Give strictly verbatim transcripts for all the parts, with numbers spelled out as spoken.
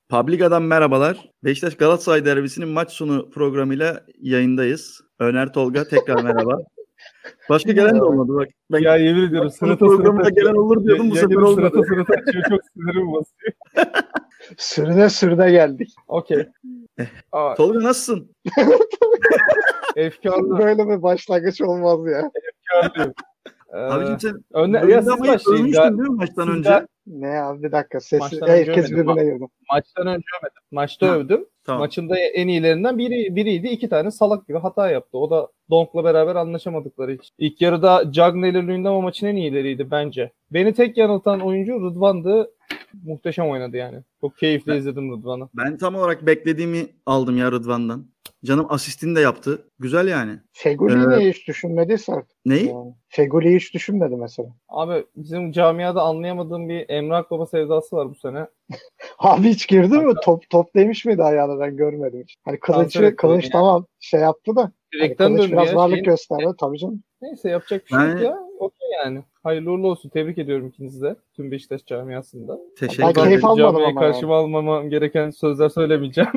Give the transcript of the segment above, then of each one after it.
Publica'dan merhabalar. Beşiktaş Galatasaray derbisinin maç sonu programıyla yayındayız. Öner Tolga tekrar merhaba. Başka gelen de olmadı bak. Ben Ya yemin ediyorum sırata programına sırata gelen olur diyordum, bu sefer yayını olmadı. sırata sırata açıyor, çok sinirim basıyor. Sürüne sürüne geldik. Okey. Aa, Tolga nasılsın? efkarlı, Böyle bir başlangıç olmaz ya. efkarlıyım. Ee, Abicim sen önde, ya bölümde siz ama başlayın. ölmüştün Ga- değil mi maçtan siz önce? ga- Ne abi bir dakika sesi. Maçtan önce Herkes övmedim. birbirine girdi. Maçtan önce övmedim. Maçta Ha, övdüm. tamam. Maçın da en iyilerinden biri biriydi. İki tane salak gibi hata yaptı. O da Donk'la beraber anlaşamadıkları için. İlk yarıda Cagney ile Luyendama maçın en iyileriydi bence. Beni tek yanıltan oyuncu Rıdvan'dı. Muhteşem oynadı yani. Çok keyifli Ben- izledim Rıdvan'ı. Ben tam olarak beklediğimi aldım ya Rıdvan'dan. Canım asistini de yaptı. Güzel yani. Fegüli'yi Ee, niye hiç düşünmediyse artık. Neyi? Yani. Fegüli'yi hiç düşünmedi mesela. Abi bizim camiada anlayamadığım bir Emrah Baba sevdası var bu sene. Abi hiç girdi mi? Top top demiş miydi ayağına, ben görmedim hiç. Hani Kanser kılıç, etti kılıç yani. tamam şey yaptı da. Hani Direkten kılıç döndü biraz ya. varlık Şeyin... gösterdi tabii canım. Neyse yapacak bir şey yok Yani- ya. Okey yani. Hayırlı uğurlu olsun. Tebrik ediyorum ikinizi de. Tüm Beşiktaş camiasında. Teşekkür Ben ederim. keyif almadım Camiye ama karşıma almamam gereken sözler söylemeyeceğim.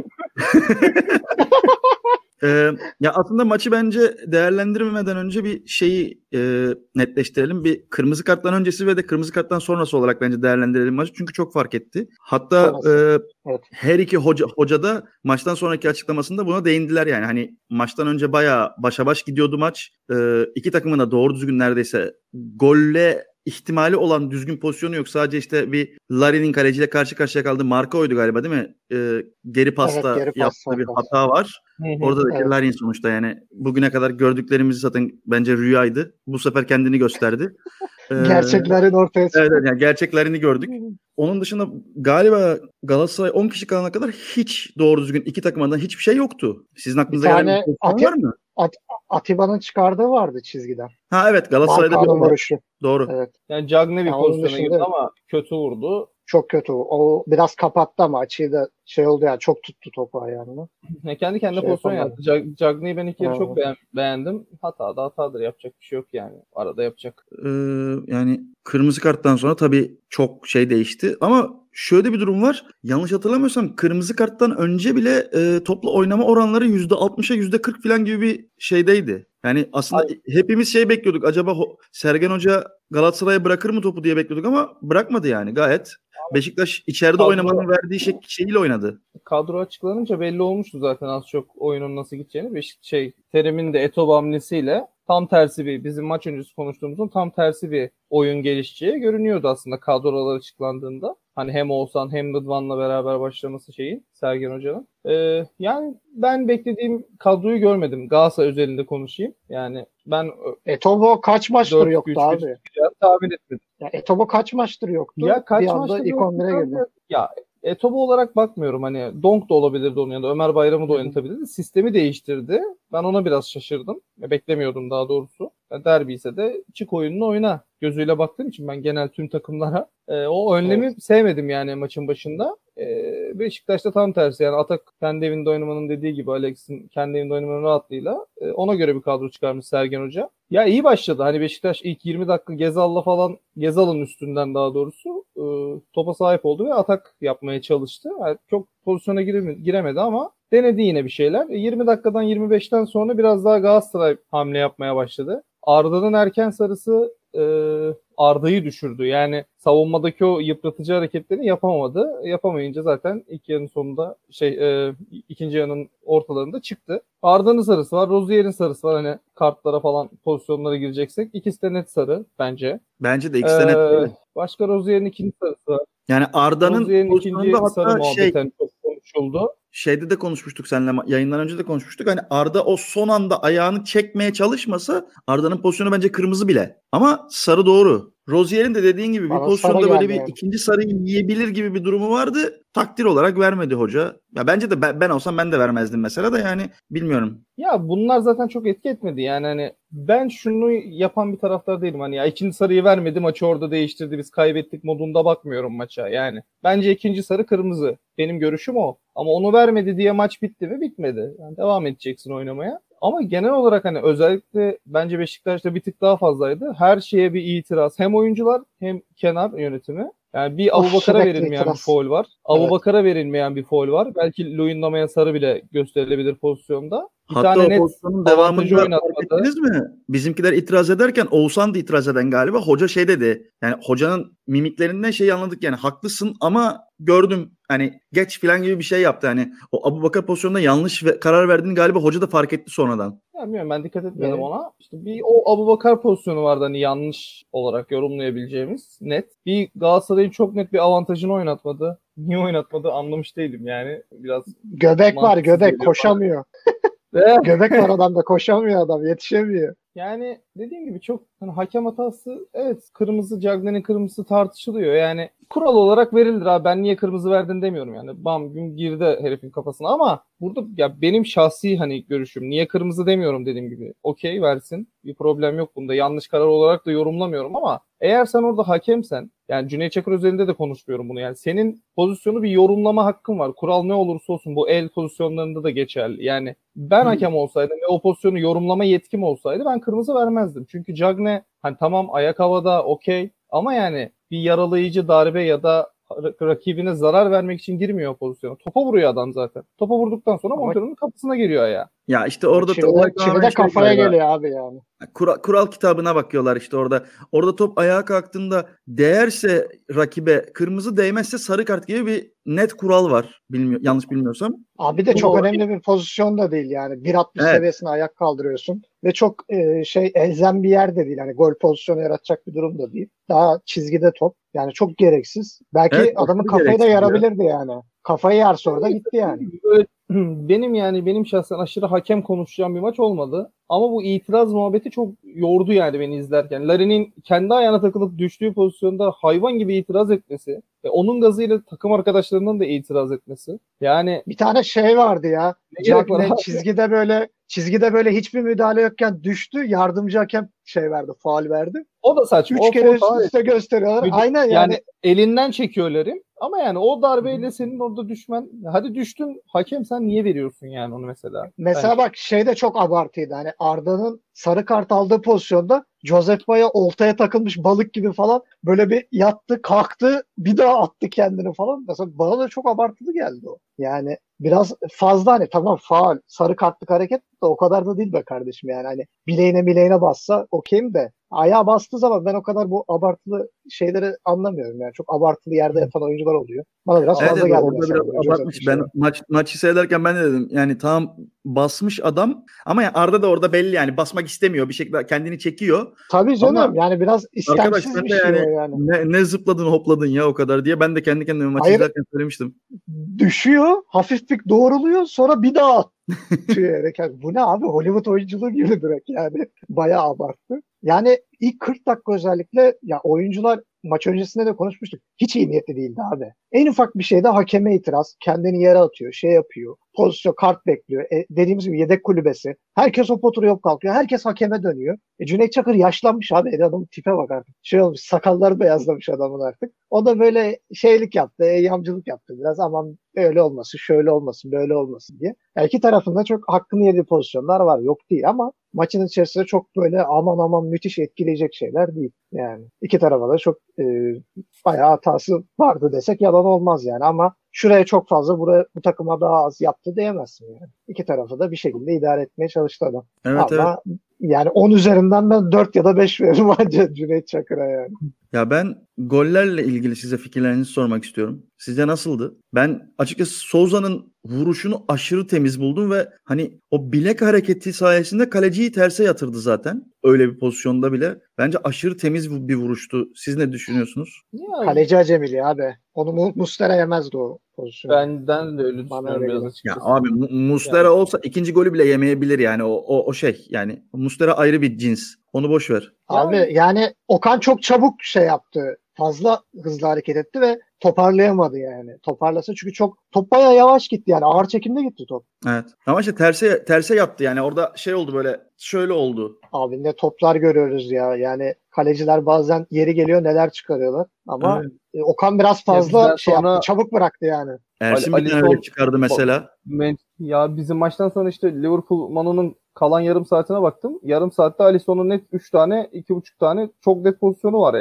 Ee, ya aslında maçı bence değerlendirmeden önce bir şeyi e, netleştirelim. Bir kırmızı karttan öncesi ve de kırmızı karttan sonrası olarak bence değerlendirelim maçı. Çünkü çok fark etti. Hatta Sonrası. e, Evet. her iki hoca, hoca da maçtan sonraki açıklamasında buna değindiler yani. Hani maçtan önce bayağı başa baş gidiyordu maç. E, iki takımın da doğru düzgün neredeyse golle ihtimali olan düzgün pozisyonu yok. Sadece işte bir Larin'in kaleciyle karşı karşıya kaldığı marka oydu galiba değil mi? E, geri pasta Evet, geri pas yaptığı bir var. hata var. Orada da Evet. Larin sonuçta yani bugüne kadar gördüklerimiz zaten bence rüyaydı. Bu sefer kendini gösterdi. Ee, Gerçeklerin ortaya çıktı. Evet, evet, yani gerçeklerini gördük. Onun dışında galiba Galatasaray on kişi kalana kadar hiç doğru düzgün iki takımdan hiçbir şey yoktu. Sizin aklınıza Bir gelen tane bir pozisyon Ati- var mı? Atiba'nın çıkardığı vardı çizgiden. Ha evet, Galatasaray'da bir Markanın o var. vuruşu. Doğru. Evet. Yani Cagney bir Ya onun pozisyona dışında- girdi ama kötü vurdu. Çok kötü. O biraz kapattı ama açıyı da şey oldu yani, çok tuttu topu ayağını. Ya kendi kendine Şey pozisyon yapamadı. yaptı. Jag- Cagney'i ben ilk yarı Evet. çok beğen- beğendim. Hata da hatadır. Yapacak bir şey yok yani. Arada yapacak. Ee, yani kırmızı karttan sonra tabii çok şey değişti. Ama şöyle bir durum var. Yanlış hatırlamıyorsam kırmızı karttan önce bile e, toplu oynama oranları yüzde altmışa yüzde kırk falan gibi bir şeydeydi. Yani aslında Ay. hepimiz şey bekliyorduk. Acaba Ho- Sergen Hoca Galatasaray'a bırakır mı topu diye bekliyorduk ama bırakmadı yani gayet. Beşiktaş içeride Kadro- oynamanın verdiği şey, şeyiyle oynadı. Kadro açıklanınca belli olmuştu zaten az çok oyunun nasıl gideceğini. Beşik şey Terim'in de Eto'o hamlesiyle tam tersi bir, bizim maç öncesi konuştuğumuzun tam tersi bir oyun gelişeceği görünüyordu aslında kadrolar açıklandığında. Hani hem Oğuzhan hem Rıdvan'la beraber başlaması şeyin, Sergen Hoca'nın. Ee, yani ben beklediğim kadroyu görmedim. Galatasaray özelinde konuşayım. Yani ben Etobo kaç maçtır dört yoktu üç abi? çıkacağını tahmin etmedim. Ya Etobo kaç maçtır yoktu? Ya kaç bir anda maçta ilk on bire yoktu? girdi. Ya Etobo olarak bakmıyorum. Hani Donk da olabilirdi onun yanında. Ömer Bayram'ı da oynatabilirdi. Sistemi değiştirdi. Ben ona biraz şaşırdım. Beklemiyordum daha doğrusu. Ya derbi ise de çık oyununu oyna gözüyle baktığım için ben genel tüm takımlara e, o önlemi Evet. sevmedim yani maçın başında. E, Beşiktaş'ta tam tersi yani Atak kendi evinde oynamanın dediği gibi Alex'in kendi evinde oynamanın rahatlığıyla e, ona göre bir kadro çıkarmış Sergen Hoca. Ya iyi başladı. Hani Beşiktaş ilk yirmi dakika Gezal'la falan Gezal'ın üstünden daha doğrusu e, topa sahip oldu ve atak yapmaya çalıştı. Yani çok pozisyona giremedi, giremedi ama denedi yine bir şeyler. E, yirmi dakikadan yirmi beşten sonra biraz daha Galatasaray hamle yapmaya başladı. Arda'nın erken sarısı e, Arda'yı düşürdü. Yani savunmadaki o yıpratıcı hareketlerini yapamadı. Yapamayınca zaten ilk yarının sonunda şey e, ikinci yarının ortalarında çıktı. Arda'nın sarısı var, Rozier'in sarısı var. Hani kartlara falan pozisyonlara gireceksek ikisi de net sarı bence. Bence de ikisi de net Ee, değil. başka Rozier'in ikinci sarısı var. Yani Arda'nın Rozier'in pozisyonunda ikinci sarı hatta şey muhabbeten çok konuşuldu. şeyde de konuşmuştuk seninle, yayından önce de konuşmuştuk. Hani Arda o son anda ayağını çekmeye çalışmasa Arda'nın pozisyonu bence kırmızı bile. Ama sarı doğru. Rozier'in de dediğin gibi bir Bana pozisyonda sarı böyle geldi bir yani. ikinci sarıyı yiyebilir gibi bir durumu vardı. Takdir olarak vermedi hoca. Ya bence de ben, ben olsam ben de vermezdim mesela da yani bilmiyorum. Ya bunlar zaten çok etki etmedi. Yani hani ben şunu yapan bir taraftar değilim. Hani ya ikinci sarıyı vermedi, maçı orada değiştirdi, biz kaybettik modunda bakmıyorum maça. Yani bence ikinci sarı kırmızı. Benim görüşüm o. Ama onu vermedi diye maç bitti mi? Bitmedi. Yani devam edeceksin oynamaya. Ama genel olarak hani özellikle bence Beşiktaş'ta bir tık daha fazlaydı. Her şeye bir itiraz. Hem oyuncular hem kenar yönetimi. Yani bir Of, Abubakar'a sürekli verilmeyen bir itiraz. faul var. Evet. Abubakar'a verilmeyen bir faul var. Belki Luyendama'ya sarı bile gösterilebilir pozisyonda. Bir Hatta tane o net pozisyonun avantajı devamında fark oynatmadı. ettiniz mi? Bizimkiler itiraz ederken Oğuzhan da itiraz eden galiba. Hoca şey dedi. Yani hocanın mimiklerinden şeyi anladık yani haklısın ama gördüm hani geç falan gibi bir şey yaptı. Hani o Abubakar pozisyonunda yanlış ve karar verdiğini galiba hoca da fark etti sonradan. Ya bilmiyorum, ben dikkat etmedim Evet. ona. İşte bir o Abubakar pozisyonu vardı hani yanlış olarak yorumlayabileceğimiz net. Bir Galatasaray'ın çok net bir avantajını oynatmadı. Niye oynatmadı anlamış değilim yani. Biraz Göbek var mantıksız göbek geliyor bana. koşamıyor. Ve Göbek var adamda koşamıyor adam yetişemiyor. yani dediğim gibi çok hani hakem hatası, evet, kırmızı, Cagney'in kırmızısı tartışılıyor. Yani kural olarak verilir abi. Ben niye kırmızı verdin demiyorum yani. Bam gün girdi herifin kafasına ama burada ya benim şahsi hani görüşüm. Niye kırmızı demiyorum dediğim gibi. Okey versin. Bir problem yok bunda. Yanlış karar olarak da yorumlamıyorum ama eğer sen orada hakemsen, yani Cüneyt Çakır özelinde de konuşmuyorum bunu. Yani senin pozisyonu bir yorumlama hakkın var. Kural ne olursa olsun bu el pozisyonlarında da geçerli. Yani ben Hı. hakem olsaydım ve o pozisyonu yorumlama yetkim olsaydı ben kırmızı vermezdim. Çünkü Cagney hani tamam ayak havada okey ama yani bir yaralayıcı darbe ya da rakibine zarar vermek için girmiyor o pozisyona. Topa vuruyor adam zaten. Topa vurduktan sonra Ama- Montero'nun kapısına giriyor ayağı. Ya işte orada Çivide, olay çivide tamamen şey kafaya galiba. geliyor abi yani. Kural, kural kitabına bakıyorlar işte orada. Orada top ayağa kalktığında değerse rakibe kırmızı, değmezse sarı kart gibi bir net kural var. Bilmiyor, yanlış bilmiyorsam. Abi de Bu çok o- önemli bir pozisyon da değil yani. bir altmış Evet. seviyesine ayak kaldırıyorsun. Ve çok e, şey elzem bir yer de değil. Yani gol pozisyonu yaratacak bir durum da değil. Daha çizgide top. Yani çok gereksiz. Belki Evet, adamın aşırı kafayı da gereksiz ya. yarabilirdi yani. Kafayı yarsa orada gitti yani. Böyle, benim yani benim şahsen aşırı hakem konuşacağım bir maç olmadı. Ama bu itiraz muhabbeti çok yordu yani beni izlerken. Larin'in kendi ayağına takılıp düştüğü pozisyonda hayvan gibi itiraz etmesi ve onun gazıyla takım arkadaşlarının da itiraz etmesi. Yani Bir tane şey vardı ya. ne gerek var Cagney abi? çizgide böyle çizgide böyle hiçbir müdahale yokken düştü. Yardımcı hakem şey verdi, faul verdi. O da saçma. Üç O kere faul üst falan üste gösteriyorlar. Müd- Aynen yani. yani elinden çekiyorlarım ama yani o darbeyle senin orada düşmen, hadi düştün, hakem sen niye veriyorsun yani onu mesela? Mesela Bence. bak şey de çok abartıydı. Hani Arda'nın sarı kart aldığı pozisyonda Joseph Baya oltaya takılmış balık gibi falan böyle bir yattı, kalktı, bir daha attı kendini falan. Mesela bana da çok abartılı geldi o. Yani biraz fazla hani tamam faul, sarı kartlık hareket de o kadar da değil be kardeşim yani. Hani bileğine bileğine bassa okeyim de ayağa bastığı zaman ben o kadar bu abartılı şeyleri anlamıyorum yani. Çok abartılı yerde yatan oyuncular oluyor. Bana biraz Evet, fazla evet, geldi orada mesela. biraz bu Joseph abartmış. şey. Ben maç maçı seyrederken ben de dedim yani tamam basmış adam ama yani Arda da orada belli yani basmak istemiyor. Bir şekilde kendini çekiyor. Tabii canım Ama yani biraz arkadaş istemsiz sen bir de şey o yani yani. ne, ne zıpladın hopladın ya o kadar diye ben de kendi kendime maçı Hayır, izlerken söylemiştim. düşüyor, hafif bir doğruluyor, sonra bir daha atıyor yere. Yani bu ne abi? Hollywood oyunculuğu gibi direkt yani. Bayağı abarttı. Yani ilk kırk dakika özellikle ya oyuncular maç öncesinde de konuşmuştuk. Hiç iyi niyetli değildi abi. En ufak bir şeyde hakeme itiraz. Kendini yere atıyor, şey yapıyor. Pozisyon, kart bekliyor. E, dediğimiz gibi yedek kulübesi. Herkes hop oturuyor kalkıyor. Herkes hakeme dönüyor. E, Cüneyt Çakır yaşlanmış abi. E, adamın tipe bak artık. Şey olmuş, sakalları beyazlamış adamın artık. O da böyle şeylik yaptı, e, yamcılık yaptı biraz. Aman öyle olmasın, şöyle olmasın, böyle olmasın diye. Yani iki tarafında çok hakkını yediği pozisyonlar var. Yok değil ama maçın içerisinde çok böyle aman aman müthiş etkileyecek şeyler değil. Yani iki tarafa da çok e, bayağı hatası vardı desek yalan olmaz yani ama şuraya çok fazla buraya bu takıma daha az yaptı diyemezsin yani. İki tarafı da bir şekilde idare etmeye çalıştı adam. Evet, evet. Ama yani on üzerinden ben dört ya da beş veririm bence Cüneyt Çakır'a yani. Ya ben gollerle ilgili size fikirlerinizi sormak istiyorum. Sizce nasıldı? Ben açıkçası Souza'nın vuruşunu aşırı temiz buldum ve hani o bilek hareketi sayesinde kaleciyi terse yatırdı zaten. Öyle bir pozisyonda bile. Bence aşırı temiz bir vuruştu. Siz ne düşünüyorsunuz? Ya, Kaleci acemili abi. Onu Mu- Muslera yemezdi o pozisyonu. benden de öyle Bana düşünüyorum öyle biraz geliyor. Ya açıkçası. abi Mu- Muslera Yani. olsa ikinci golü bile yemeyebilir yani o o, o şey yani Muslera ayrı bir cins. Onu boş ver. Abi Yani- yani Okan çok çabuk şey yaptı. Fazla hızlı hareket etti ve toparlayamadı yani. Toparlasa çünkü çok top bayağı yavaş gitti yani. Ağır çekimde gitti top. Evet. Ama işte terse terse yattı yani orada şey oldu böyle şöyle oldu. Abi ne toplar görüyoruz ya. Yani kaleciler bazen yeri geliyor neler çıkarıyorlar. Ama Evet. e, Okan biraz fazla bizden şey sonra- yaptı. Çabuk bıraktı yani. Ersin Ali- bir tane Alisson- öyle çıkardı mesela. Men- Ya bizim maçtan sonra işte Liverpool Mano'nun kalan yarım saatine baktım. Yarım saatte Alisson'un net üç tane, iki buçuk tane çok net pozisyonu var yani.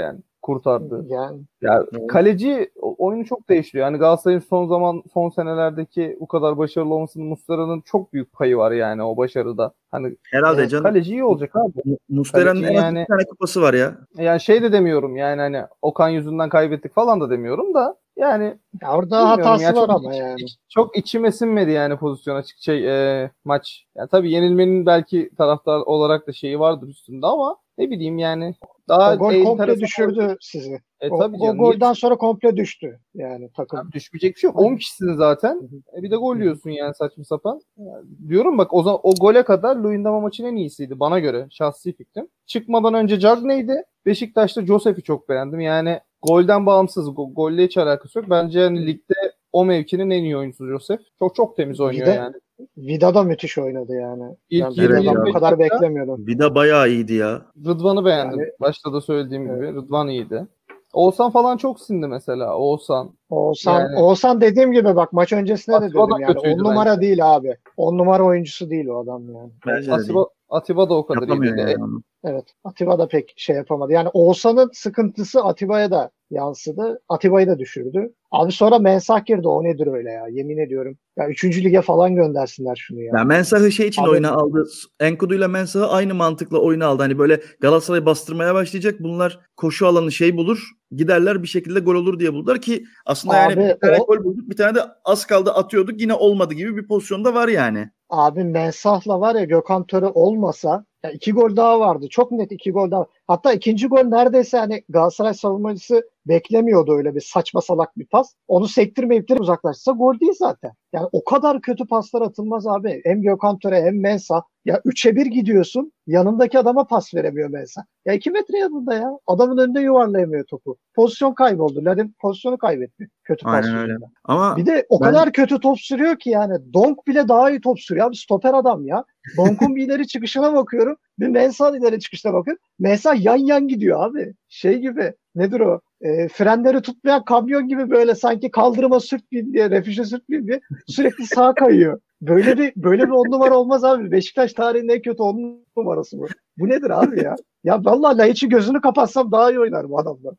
kurtardı. Yani Ya evet. kaleci oyunu çok değiştiriyor. Yani Galatasaray'ın son zaman son senelerdeki bu kadar başarılı olmasının Muslera'nın çok büyük payı var yani o başarıda. Hani Herhalde Evet. canım. kaleci iyi olacak abi. Mu- Muslera'nın Kaleci en az yani- bir tane kupası var ya. Yani şey de demiyorum yani hani Okan yüzünden kaybettik falan da demiyorum da yani Ya orada bilmiyorum hatası ya, var çok ama iç- yani. iç- çok içime sinmedi yani pozisyon açık şey e, maç. Yani tabii yenilmenin belki taraftar olarak da şeyi vardır üstünde ama ne bileyim yani daha O gol enteresan komple oldu. düşürdü sizi. E O, tabii o canım. Niye golden sonra komple düştü yani takım. Abi düşmeyecek bir şey yok. on kişisin zaten. E bir de gol yiyorsun yani saçma sapan. Yani diyorum bak o zaman o gole kadar Luyendama maçın en iyisiydi bana göre. Şahsi fikrim. Çıkmadan önce Cagney'di. Beşiktaş'ta Josef'i çok beğendim. Yani golden bağımsız. Go- golle hiç alakası yok. Bence yani ligde o mevkinin en iyi oyuncusu Josef. Çok çok temiz oynuyor Vida, yani. Vida da müthiş oynadı yani. İlk Ben yirmi Vida'dan yirmi bu beş kadar dakika- beklemiyordum. Vida bayağı iyiydi ya. Rıdvan'ı beğendim. Yani- Başta da söylediğim gibi. Rıdvan iyiydi. Oğuzhan falan çok sindi mesela. Oğuzhan. Oğuzhan, Yani- Oğuzhan dediğim gibi bak maç öncesinde de Atiba da dedim yani kötüydü on numara bence. değil abi. on numara oyuncusu değil o adam yani. Bence de değil. Atiba, Atiba da o kadar iyi Yapamıyor değil. yani onu. Evet. Atiba da pek şey yapamadı. Yani Oğuzhan'ın sıkıntısı Atiba'ya da yansıdı. Atiba'yı da düşürdü. Abi sonra Mensah girdi. O nedir öyle ya? Yemin ediyorum. Ya üçüncü lige falan göndersinler şunu ya. Ya Mensah'ı şey için Abi- oyuna aldı. Enkudu'yla Mensah'ı aynı mantıkla oyuna aldı. Hani böyle Galatasaray bastırmaya başlayacak. Bunlar koşu alanı şey bulur. Giderler bir şekilde gol olur diye buldular ki aslında yani Abi, bir tane o- gol bulduk. Bir tane de az kaldı atıyorduk. Yine olmadı gibi bir pozisyonda var yani. Abi Mensah'la var ya Gökhan Töre olmasa ya iki gol daha vardı. Çok net iki gol daha. Hatta ikinci gol neredeyse hani Galatasaray savunmacısı beklemiyordu öyle bir saçma salak bir pas. Onu sektirmeyip de uzaklaşsa gol değil zaten. Yani o kadar kötü paslar atılmaz abi. Hem Gökhan Töre hem Mensah. Ya üçe bir gidiyorsun. Yanındaki adama pas veremiyor Mensah. Ya iki metre yanında ya. Adamın önünde yuvarlayamıyor topu. Pozisyon kayboldu. Larin pozisyonu kaybetti. Kötü pas Aynen öyle. yüzünden. Ama Bir de o ben- kadar kötü top sürüyor ki yani. Donk bile daha iyi top sürüyor. Abi stoper adam ya. Donk'un bir ileri çıkışına bakıyorum. Bir Mensah'ın ileri çıkışına bakıyorum. Mensah yan yan gidiyor abi. Şey gibi. Nedir o? E, frenleri tutmayan kamyon gibi böyle sanki kaldırıma sürtmeyin diye, refüje sürtmeyin diye sürekli sağa kayıyor. Böyle bir böyle bir on numara olmaz abi. Beşiktaş tarihinin en kötü on numarası bu. Bu nedir abi ya? Ya vallahi Laiç'i gözünü kapatsam daha iyi oynar bu adamlar.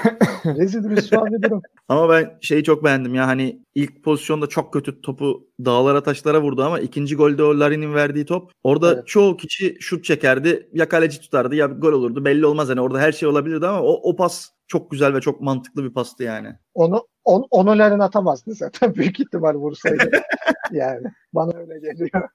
Rezil rüsva bir durum. Ama ben şeyi çok beğendim ya hani ilk pozisyonda çok kötü topu dağlara taşlara vurdu ama ikinci golde o Larin'in verdiği top orada Evet. çoğu kişi şut çekerdi ya kaleci tutardı ya gol olurdu belli olmaz hani orada her şey olabilirdi ama o, o pas çok güzel ve çok mantıklı bir pastı yani. Onu on, onu Larin atamazdı zaten büyük ihtimal vursaydı. Yani bana öyle geliyor.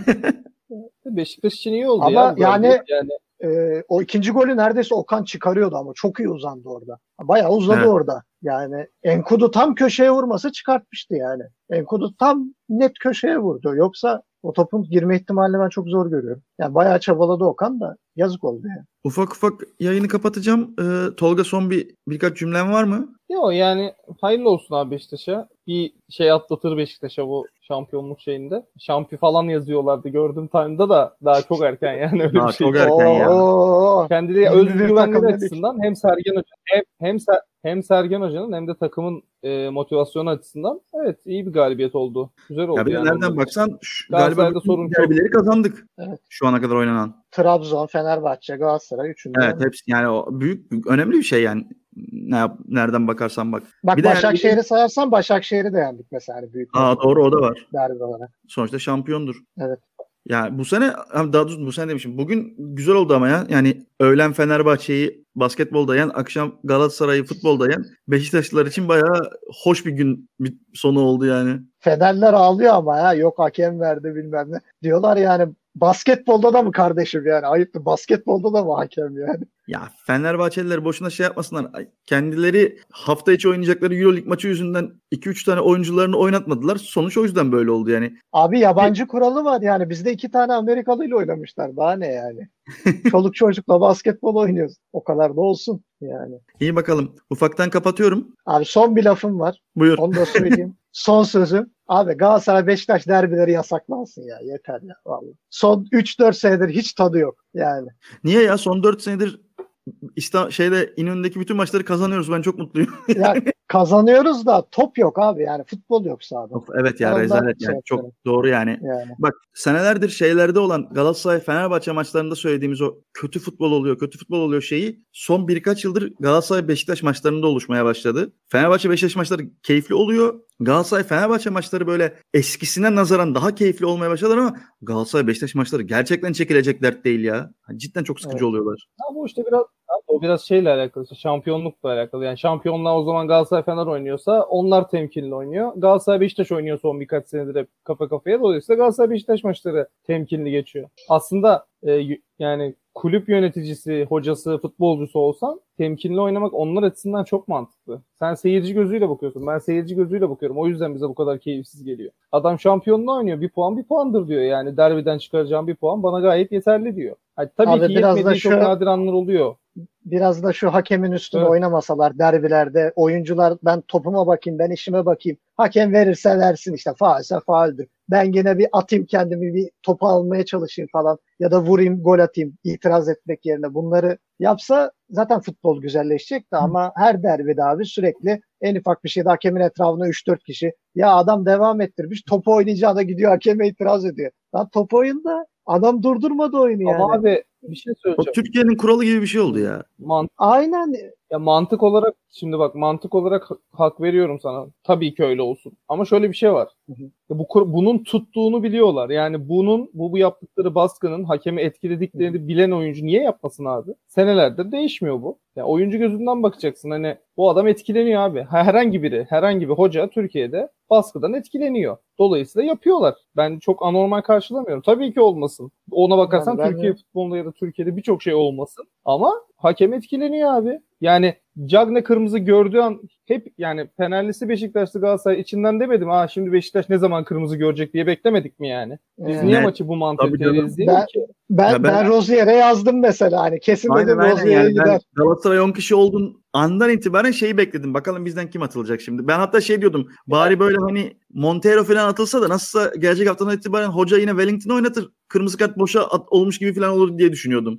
Beşiktaş için iyi oldu Ama ya. bu yani- galibiyet yani Ee, o ikinci golü neredeyse Okan çıkarıyordu ama çok iyi uzandı orada. Bayağı uzadı Evet. orada. Yani Enkudu tam köşeye vurması çıkartmıştı yani. Enkudu tam net köşeye vurdu. Yoksa o topun girme ihtimalini ben çok zor görüyorum. Yani bayağı çabaladı Okan da yazık oldu yani. Ufak ufak yayını kapatacağım. Ee, Tolga son bir birkaç cümlen var mı? Yok yani hayırlı olsun abi Beşiktaş'a. Bir şey atlatır Beşiktaş'a bu şampiyonluk şeyinde. Şampi falan yazıyorlardı gördüğüm time'da da daha çok erken yani öyle Daha bir şey. çok erken ya. Oo, Kendileri Yeni bir özgüvenleri takım dedik. açısından hem Sergen Hoca hem hem, Ser- hem Sergen Hoca'nın hem de takımın e, motivasyonu açısından evet iyi bir galibiyet oldu. Güzel oldu Ya bir de yani. nereden onların için. baksan şu, Galatasaray'da galiba bütün sorun çok. derbileri kazandık. Evet. Şu ana kadar oynanan. Trabzon, Fenerbahçe, Galatasaray üçünde. Evet hepsi yani o büyük, büyük önemli bir şey yani. Ne yap, nereden bakarsan bak. Bak Bir de yani- Başakşehir'i sayarsan Başakşehir'i de yendik mesela hani büyük. Aa doğru o da var. Derbi olarak. Sonuçta şampiyondur. Evet. Yani bu sene daha doğrusu bu sene demişim. Bugün güzel oldu ama ya. Yani öğlen Fenerbahçe'yi basketbolda yen, akşam Galatasaray'ı futbolda yen Beşiktaşlılar için bayağı hoş bir gün bir sonu oldu yani. Fenerler ağlıyor ama ya yok hakem verdi bilmem ne. Diyorlar yani basketbolda da mı kardeşim yani ayıptı basketbolda da mı hakem yani. Ya Fenerbahçeliler boşuna şey yapmasınlar. Ay, kendileri hafta içi oynayacakları Euroleague maçı yüzünden iki üç tane oyuncularını oynatmadılar. Sonuç o yüzden böyle oldu yani. Abi yabancı kuralı var yani bizde iki tane Amerikalı ile oynamışlar daha ne yani. Çoluk çocukla basketbol oynuyoruz. O kadar da olsun yani. İyi bakalım. Ufaktan kapatıyorum. Abi son bir lafım var. Buyur. Onu da söyleyeyim. Son sözüm. Abi Galatasaray Beşiktaş derbileri yasaklansın ya. Yeter ya vallahi. Son üç dört senedir hiç tadı yok yani. Niye ya son dört senedir İşte şeyde İnönü'ndeki bütün maçları kazanıyoruz. Ben çok mutluyum. Ya kazanıyoruz da top yok abi, yani futbol yok sahada. Evet ya, rezalet yani, çok yapıyorum. doğru yani. yani. Bak senelerdir şeylerde olan Galatasaray Fenerbahçe maçlarında söylediğimiz o kötü futbol oluyor, kötü futbol oluyor şeyi son birkaç yıldır Galatasaray Beşiktaş maçlarında oluşmaya başladı. Fenerbahçe Beşiktaş maçları keyifli oluyor. Galatasaray Fenerbahçe maçları böyle eskisine nazaran daha keyifli olmaya başladılar ama Galatasaray Beşiktaş maçları gerçekten çekilecek dert değil ya. Cidden çok sıkıcı evet. oluyorlar. Ya bu işte biraz o biraz şeyle alakalı, işte şampiyonlukla alakalı. Yani şampiyonlar o zaman Galatasaray Fener oynuyorsa onlar temkinli oynuyor. Galatasaray Beşiktaş oynuyor son birkaç senedir hep kafa kafaya. Dolayısıyla Galatasaray Beşiktaş maçları temkinli geçiyor. Aslında e, yani kulüp yöneticisi, hocası, futbolcusu olsan temkinli oynamak onlar açısından çok mantıklı. Sen seyirci gözüyle bakıyorsun. Ben seyirci gözüyle bakıyorum. O yüzden bize bu kadar keyifsiz geliyor. Adam şampiyonluğa oynuyor. Bir puan bir puandır diyor yani. Derbiden çıkaracağım bir puan bana gayet yeterli diyor. Yani tabii Abi ki yetmediği çok şu... nadir anlar oluyor. Biraz da şu hakemin üstüne evet. oynamasalar derbilerde, oyuncular ben topuma bakayım, ben işime bakayım. Hakem verirse versin, işte faalse faaldir. Ben gene bir atayım kendimi, bir topu almaya çalışayım falan ya da vurayım, gol atayım, itiraz etmek yerine bunları yapsa zaten futbol güzelleşecekti. Ama her derbide abi sürekli en ufak bir şeyde hakemin etrafına üç dört kişi. Ya adam devam ettirmiş, topu oynayacağı da gidiyor hakeme itiraz ediyor. Lan top oyunda adam durdurmadı oyunu yani. Ama abi bir şey söyleyeceğim. O Türkiye'nin kuralı gibi bir şey oldu ya. Mant- Aynen. Ya mantık olarak şimdi bak mantık olarak hak veriyorum sana. Tabii ki öyle olsun. Ama şöyle bir şey var. Hı hı. Bu bunun tuttuğunu biliyorlar. Yani bunun bu bu yaptıkları baskının hakemi etkilediklerini bilen oyuncu niye yapmasın abi? Senelerdir değişmiyor bu. Ya oyuncu gözünden bakacaksın. Hani bu adam etkileniyor abi. Herhangi biri, herhangi bir hoca Türkiye'de baskıdan etkileniyor. Dolayısıyla yapıyorlar. Ben çok anormal karşılamıyorum. Tabii ki olmasın. Ona bakarsan yani Türkiye de... futbolunda ya da Türkiye'de birçok şey olmasın. Ama hakem etkileniyor abi. Yani Cagne kırmızı gördüğü an hep yani Fenerlisi Beşiktaşlı Galatasaray içinden demedim. Ha şimdi Beşiktaş ne zaman kırmızı görecek diye beklemedik mi yani? Biz ee, niye evet. maçı bu mantıkla izleyelim ki? Ben, ben, ben Rozier'e yazdım mesela hani kesin aynen, dedim Rozier'e yani gider. Galatasaray on kişi olduğun andan itibaren şeyi bekledim. Bakalım bizden kim atılacak şimdi. Ben hatta şey diyordum. Bari böyle hani Montero falan atılsa da nasılsa gelecek haftadan itibaren hoca yine Wellington'ı oynatır. Kırmızı kart boşa at, olmuş gibi falan olur diye düşünüyordum.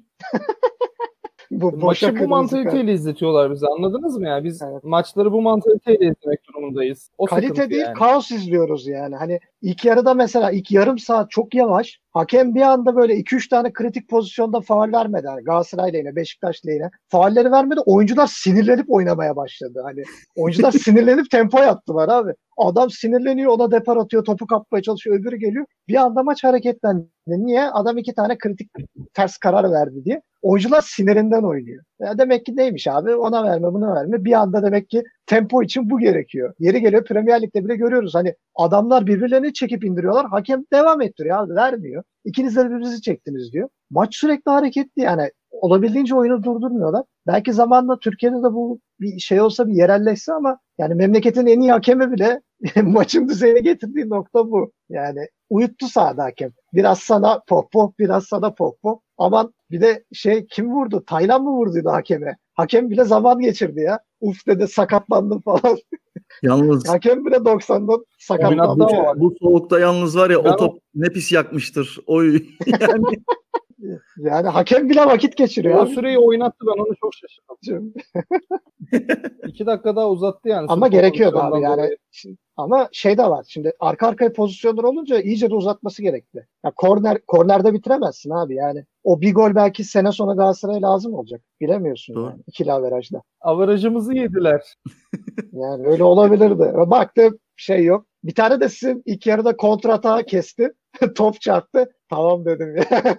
Bu maçı bu mantaliteyle izletiyorlar bize. Anladınız mı ya? Biz evet. maçları bu mantaliteyle izlemek durumundayız. O kalite değil, yani. Kaos izliyoruz yani. Hani ilk yarıda mesela ilk yarım saat çok yavaş. Hakem bir anda böyle iki üç tane kritik pozisyonda faul vermedi. Yani Galatasaray lehine, Beşiktaş lehine. Faulleri vermedi. Oyuncular sinirlenip oynamaya başladı. Hani oyuncular sinirlenip tempo attılar abi. Adam sinirleniyor, ona depar atıyor, topu kapmaya çalışıyor, öbürü geliyor. Bir anda maç hareketlendi. Niye? Adam iki tane kritik ters karar verdi diye. Oyuncular sinirinden oynuyor. Ya demek ki neymiş abi? Ona verme, buna verme. Bir anda demek ki tempo için bu gerekiyor. Yeri geliyor Premier Lig'de bile görüyoruz. Hani adamlar birbirlerini çekip indiriyorlar. Hakem devam ettiriyor abi. Vermiyor. İkiniz de birbirinizi çektiniz diyor. Maç sürekli hareketli yani. Olabildiğince oyunu durdurmuyorlar. Belki zamanla Türkiye'de de bu bir şey olsa, bir yerelleşse ama yani memleketin en iyi hakemi bile maçın düzeyine getirdiği nokta bu. Yani uyuttu sahada hakem. Biraz sana pop pop, biraz sana pop pop. Aman bir de şey kim vurdu? Taylan mı vurduydu hakeme? Hakem bile zaman geçirdi ya. Uf dedi, sakatlandım falan. Yalnız hakem bile doksandan sakatlandı. Bu, bu soğukta yalnız var ya ben o top o... ne pis yakmıştır. Oy yani. Yani hakem bile vakit geçiriyor. O abi. Süreyi oynattı, ben onu çok şaşırdım. İki dakika daha uzattı yani. Ama gerekiyordu abi yani. Dolayı. Ama şey de var. Şimdi arka arkaya pozisyonlar olunca iyice de uzatması gerekli. Ya korner kornerde bitiremezsin abi yani. O bir gol belki sene sonra Galatasaray'a lazım olacak. Bilemiyorsun Doğru. yani. İkili averajda. Averajımızı yediler. Yani öyle olabilirdi. Baktım şey yok. Bir tane de sizin ilk yarıda kontratağı kesti. Top çarptı. Tamam dedim ya.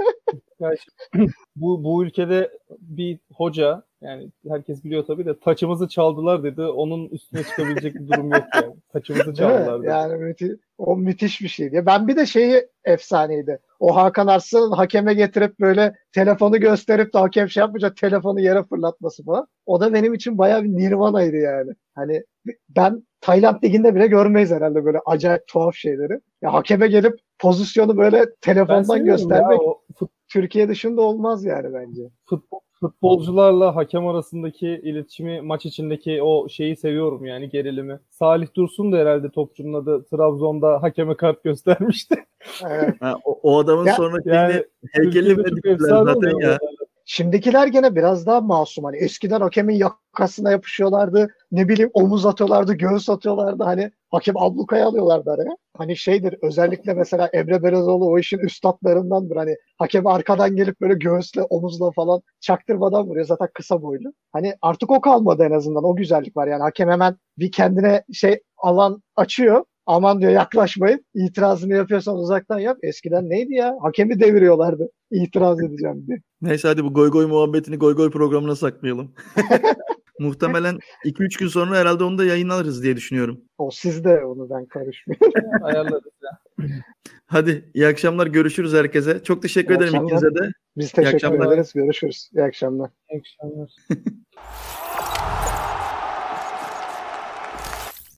bu bu ülkede bir hoca, yani herkes biliyor tabii de, taçımızı çaldılar dedi. Onun üstüne çıkabilecek bir durum yok yani. Taçımızı çaldılar dedi. Yani müthi- o müthiş bir şeydi. Ya ben bir de şeyi efsaneydi. O Hakan Arslan'ın hakeme getirip böyle telefonu gösterip de hakem şey yapınca telefonu yere fırlatması falan. O da benim için bayağı bir nirvanaydı yani. Hani ben Tayland Ligi'nde bile görmeyiz herhalde böyle acayip tuhaf şeyleri. Ya hakeme gelip pozisyonu böyle telefondan göstermek ya, fut- Türkiye dışında olmaz yani bence. Futbol, futbolcularla hakem arasındaki iletişimi, maç içindeki o şeyi seviyorum yani, gerilimi. Salih Dursun da herhalde topçunun adı, Trabzon'da hakeme kart göstermişti. Evet. Ha, o, o adamın ya, sonra yani, heykelini diktiler zaten ya. Şimdikiler gene biraz daha masum. Hani eskiden hakemin yakasına yapışıyorlardı. Ne bileyim omuz atıyorlardı, göğüs atıyorlardı. Hani hakem ablukaya alıyorlardı araya. Hani şeydir özellikle mesela Emre Belözoğlu o işin üstadlarındandır. Hani hakem arkadan gelip böyle göğüsle, omuzla falan çaktırmadan vuruyor. Zaten kısa boylu. Hani artık o kalmadı en azından. O güzellik var. Yani hakem hemen bir kendine şey alan açıyor. Aman diyor yaklaşmayın. İtirazını yapıyorsan uzaktan yap. Eskiden neydi ya? Hakemi deviriyorlardı. İtiraz edeceğim diye. Neyse hadi bu goy goy muhabbetini goy goy programına saklayalım. Muhtemelen iki üç gün sonra herhalde onu da yayınlarız diye düşünüyorum. O sizde, onu ben karışmıyorum. Ayarlarız ya. Hadi iyi akşamlar, görüşürüz herkese. Çok teşekkür İyi ederim akşamlar. ikinize de. Biz teşekkür akşamlar. ederiz. Görüşürüz. İyi akşamlar. İyi akşamlar.